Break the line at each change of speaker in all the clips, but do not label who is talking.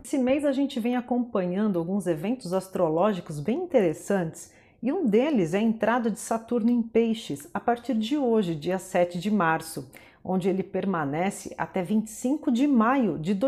Esse mês a gente vem acompanhando alguns eventos astrológicos bem interessantes e um deles é a entrada de Saturno em Peixes a partir de hoje, dia 7 de março, onde ele permanece até 25 de maio de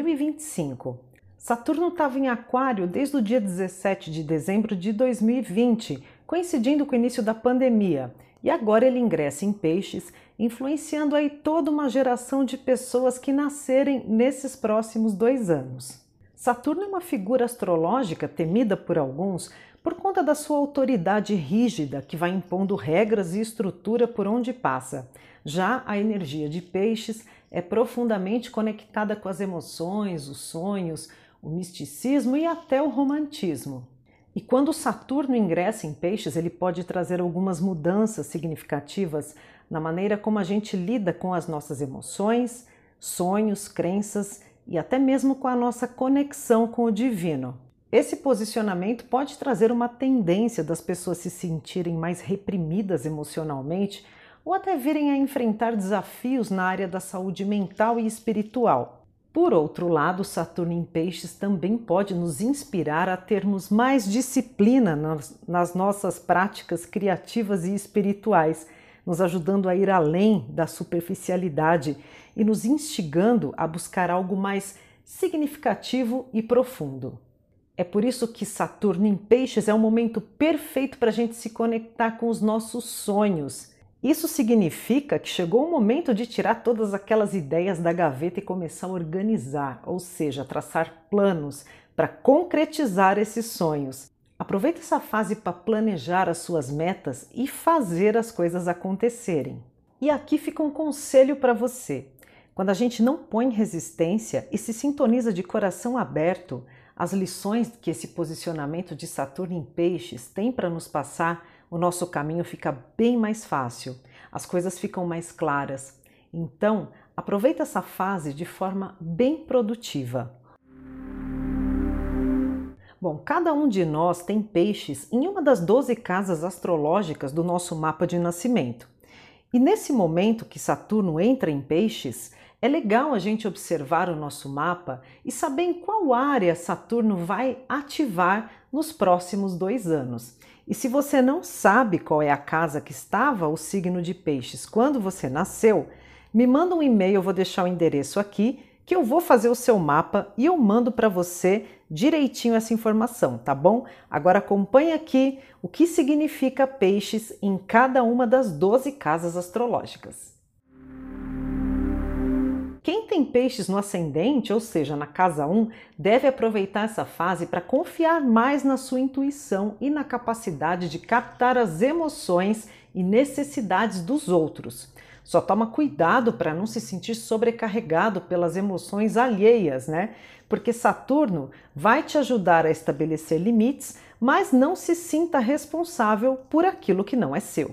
2025. Saturno estava em Aquário desde o dia 17 de dezembro de 2020, coincidindo com o início da pandemia, e agora ele ingressa em Peixes, influenciando aí toda uma geração de pessoas que nascerem nesses próximos 2 anos. Saturno é uma figura astrológica temida por alguns por conta da sua autoridade rígida, que vai impondo regras e estrutura por onde passa. Já a energia de Peixes é profundamente conectada com as emoções, os sonhos, o misticismo e até o romantismo. E quando Saturno ingressa em Peixes, ele pode trazer algumas mudanças significativas na maneira como a gente lida com as nossas emoções, sonhos, crenças e até mesmo com a nossa conexão com o divino. Esse posicionamento pode trazer uma tendência das pessoas se sentirem mais reprimidas emocionalmente ou até virem a enfrentar desafios na área da saúde mental e espiritual. Por outro lado, Saturno em Peixes também pode nos inspirar a termos mais disciplina nas nossas práticas criativas e espirituais, nos ajudando a ir além da superficialidade e nos instigando a buscar algo mais significativo e profundo. É por isso que Saturno em Peixes é um momento perfeito para a gente se conectar com os nossos sonhos. Isso significa que chegou o momento de tirar todas aquelas ideias da gaveta e começar a organizar, ou seja, traçar planos para concretizar esses sonhos. Aproveita essa fase para planejar as suas metas e fazer as coisas acontecerem. E aqui fica um conselho para você. Quando a gente não põe resistência e se sintoniza de coração aberto, as lições que esse posicionamento de Saturno em Peixes tem para nos passar, o nosso caminho fica bem mais fácil, as coisas ficam mais claras. Então, aproveita essa fase de forma bem produtiva. Bom, cada um de nós tem Peixes em uma das 12 casas astrológicas do nosso mapa de nascimento. E nesse momento que Saturno entra em Peixes, é legal a gente observar o nosso mapa e saber em qual área Saturno vai ativar nos próximos 2 anos. E se você não sabe qual é a casa que estava o signo de Peixes quando você nasceu, me manda um e-mail, eu vou deixar o endereço aqui, que eu vou fazer o seu mapa e eu mando para você direitinho essa informação, tá bom? Agora acompanhe aqui o que significa Peixes em cada uma das 12 casas astrológicas. Quem tem Peixes no ascendente, ou seja, na casa 1, deve aproveitar essa fase para confiar mais na sua intuição e na capacidade de captar as emoções e necessidades dos outros. Só toma cuidado para não se sentir sobrecarregado pelas emoções alheias, né? Porque Saturno vai te ajudar a estabelecer limites, mas não se sinta responsável por aquilo que não é seu.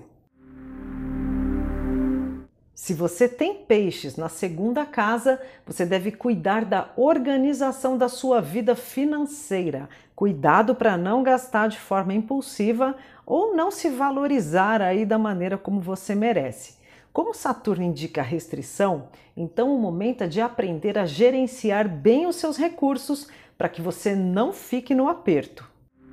Se você tem Peixes na segunda casa, você deve cuidar da organização da sua vida financeira. Cuidado para não gastar de forma impulsiva ou não se valorizar aí da maneira como você merece. Como Saturno indica restrição, então o momento é de aprender a gerenciar bem os seus recursos para que você não fique no aperto.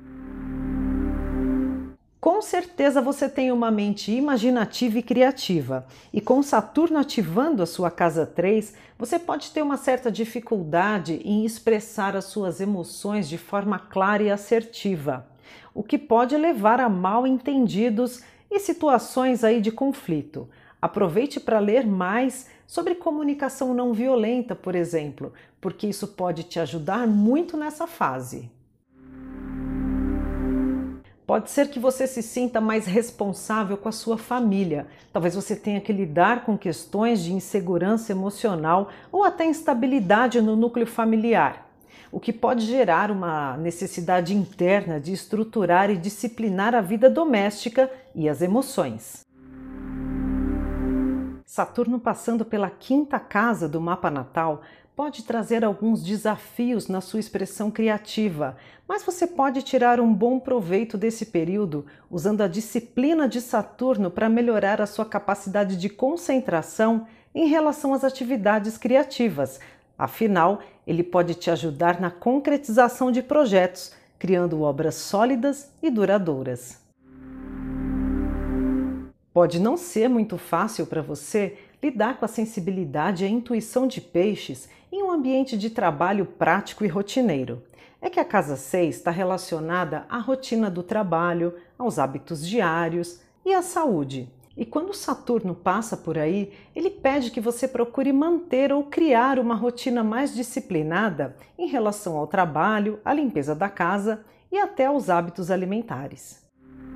Com certeza você tem uma mente imaginativa e criativa, e com Saturno ativando a sua casa 3, você pode ter uma certa dificuldade em expressar as suas emoções de forma clara e assertiva, o que pode levar a mal-entendidos e situações aí de conflito. Aproveite para ler mais sobre comunicação não violenta, por exemplo, porque isso pode te ajudar muito nessa fase. Pode ser que você se sinta mais responsável com a sua família. Talvez você tenha que lidar com questões de insegurança emocional ou até instabilidade no núcleo familiar, o que pode gerar uma necessidade interna de estruturar e disciplinar a vida doméstica e as emoções. Saturno passando pela 5ª casa do mapa natal pode trazer alguns desafios na sua expressão criativa, mas você pode tirar um bom proveito desse período usando a disciplina de Saturno para melhorar a sua capacidade de concentração em relação às atividades criativas. Afinal, Ele pode te ajudar na concretização de projetos, criando obras sólidas e duradouras. Pode não ser muito fácil para você lidar com a sensibilidade e a intuição de Peixes em um ambiente de trabalho prático e rotineiro. É que a casa 6 está relacionada à rotina do trabalho, aos hábitos diários e à saúde. E quando Saturno passa por aí, ele pede que você procure manter ou criar uma rotina mais disciplinada em relação ao trabalho, à limpeza da casa e até aos hábitos alimentares.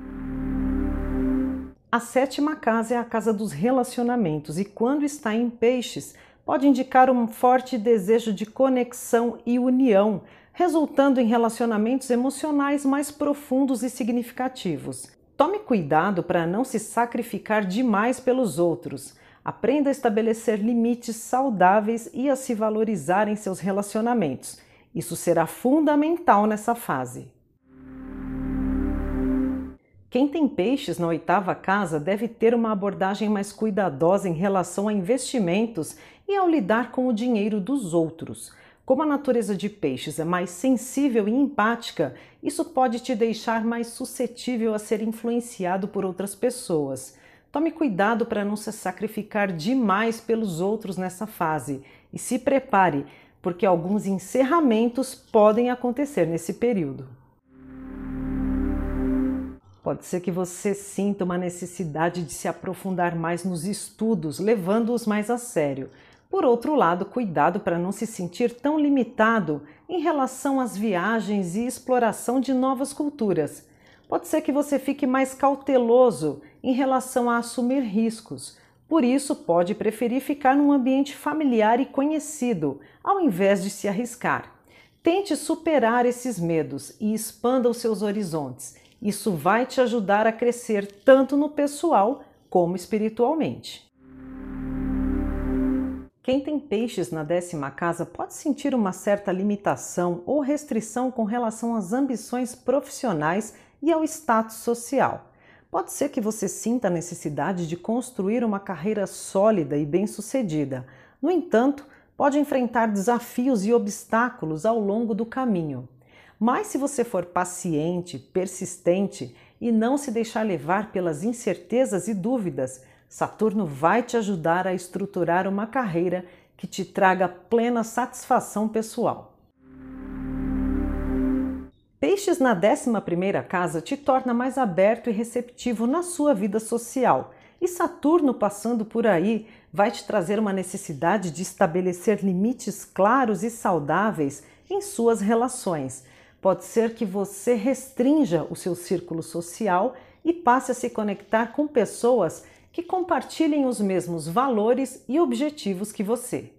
A 7ª casa é a casa dos relacionamentos e quando está em Peixes, pode indicar um forte desejo de conexão e união, resultando em relacionamentos emocionais mais profundos e significativos. Tome cuidado para não se sacrificar demais pelos outros. Aprenda a estabelecer limites saudáveis e a se valorizar em seus relacionamentos. Isso será fundamental nessa fase. Quem tem Peixes na 8ª casa deve ter uma abordagem mais cuidadosa em relação a investimentos e ao lidar com o dinheiro dos outros. Como a natureza de Peixes é mais sensível e empática, isso pode te deixar mais suscetível a ser influenciado por outras pessoas. Tome cuidado para não se sacrificar demais pelos outros nessa fase e se prepare, porque alguns encerramentos podem acontecer nesse período. Pode ser que você sinta uma necessidade de se aprofundar mais nos estudos, levando-os mais a sério. Por outro lado, cuidado para não se sentir tão limitado em relação às viagens e exploração de novas culturas. Pode ser que você fique mais cauteloso em relação a assumir riscos. Por isso, pode preferir ficar num ambiente familiar e conhecido, ao invés de se arriscar. Tente superar esses medos e expanda os seus horizontes. Isso vai te ajudar a crescer tanto no pessoal como espiritualmente. Quem tem Peixes na 10ª casa pode sentir uma certa limitação ou restrição com relação às ambições profissionais e ao status social. Pode ser que você sinta a necessidade de construir uma carreira sólida e bem-sucedida. No entanto, pode enfrentar desafios e obstáculos ao longo do caminho. Mas se você for paciente, persistente e não se deixar levar pelas incertezas e dúvidas, Saturno vai te ajudar a estruturar uma carreira que te traga plena satisfação pessoal. Peixes na 11ª casa te torna mais aberto e receptivo na sua vida social. E Saturno passando por aí vai te trazer uma necessidade de estabelecer limites claros e saudáveis em suas relações. Pode ser que você restrinja o seu círculo social e passe a se conectar com pessoas que compartilhem os mesmos valores e objetivos que você.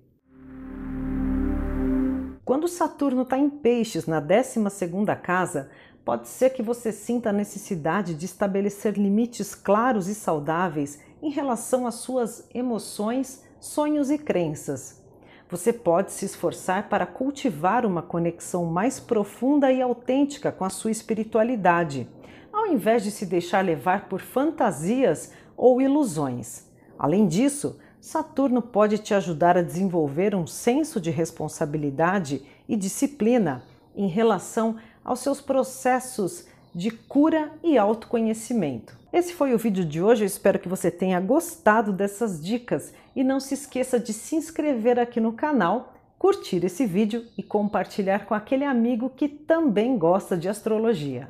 Quando Saturno está em Peixes na 12ª casa, pode ser que você sinta a necessidade de estabelecer limites claros e saudáveis em relação às suas emoções, sonhos e crenças. Você pode se esforçar para cultivar uma conexão mais profunda e autêntica com a sua espiritualidade, ao invés de se deixar levar por fantasias ou ilusões. Além disso, Saturno pode te ajudar a desenvolver um senso de responsabilidade e disciplina em relação aos seus processos de cura e autoconhecimento. Esse foi o vídeo de hoje, eu espero que você tenha gostado dessas dicas e não se esqueça de se inscrever aqui no canal, curtir esse vídeo e compartilhar com aquele amigo que também gosta de astrologia.